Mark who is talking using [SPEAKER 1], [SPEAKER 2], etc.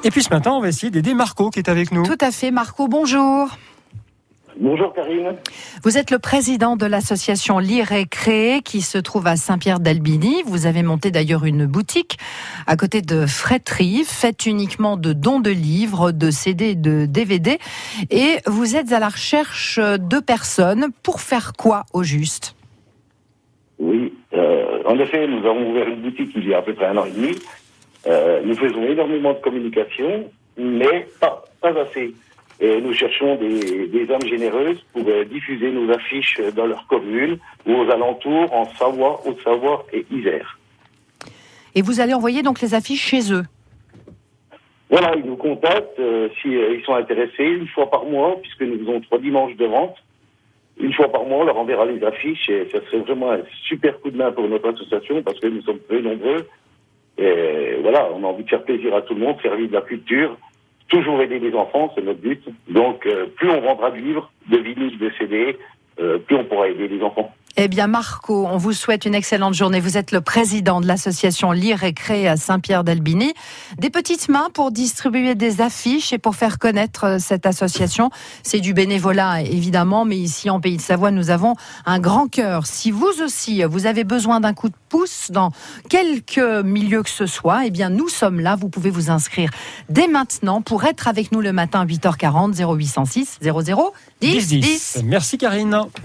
[SPEAKER 1] Et puis ce matin, on va essayer d'aider Marco qui est avec nous.
[SPEAKER 2] Tout à fait. Marco, bonjour.
[SPEAKER 3] Bonjour Karine.
[SPEAKER 2] Vous êtes le président de l'association Lire et Créer qui se trouve à Saint-Pierre-d'Albigny. Vous avez monté d'ailleurs une boutique à côté de Fréterie, faite uniquement de dons de livres, de CD, de DVD. Et vous êtes à la recherche de personnes pour faire quoi au juste ?
[SPEAKER 3] Oui, en effet, nous avons ouvert une boutique il y a à peu près 1 an et demi. Nous faisons énormément de communication, mais pas assez. Et nous cherchons des âmes généreuses pour diffuser nos affiches dans leur commune ou aux alentours, en Savoie, Haute-Savoie et Isère.
[SPEAKER 2] Et vous allez envoyer donc les affiches chez eux ?
[SPEAKER 3] Voilà, ils nous contactent s'ils sont intéressés 1 fois par mois, puisque nous faisons 3 dimanches de vente. 1 fois par mois, on leur enverra les affiches et ça serait vraiment un super coup de main pour notre association parce que nous sommes peu nombreux. Et voilà, on a envie de faire plaisir à tout le monde, faire vivre la culture. Toujours aider les enfants, c'est notre but. Donc, plus on vendra de livres, de vinyles, de CD, plus on pourra aider les enfants.
[SPEAKER 2] Eh bien, Marco, on vous souhaite une excellente journée. Vous êtes le président de l'association Lire et Créer à Saint-Pierre-d'Albigny. Des petites mains pour distribuer des affiches et pour faire connaître cette association. C'est du bénévolat, évidemment, mais ici, en Pays de Savoie, nous avons un grand cœur. Si vous aussi, vous avez besoin d'un coup de pouce dans quelque milieu que ce soit, eh bien, nous sommes là. Vous pouvez vous inscrire dès maintenant pour être avec nous le matin à 8h40, 0806 00 10 10.
[SPEAKER 1] Merci Karine.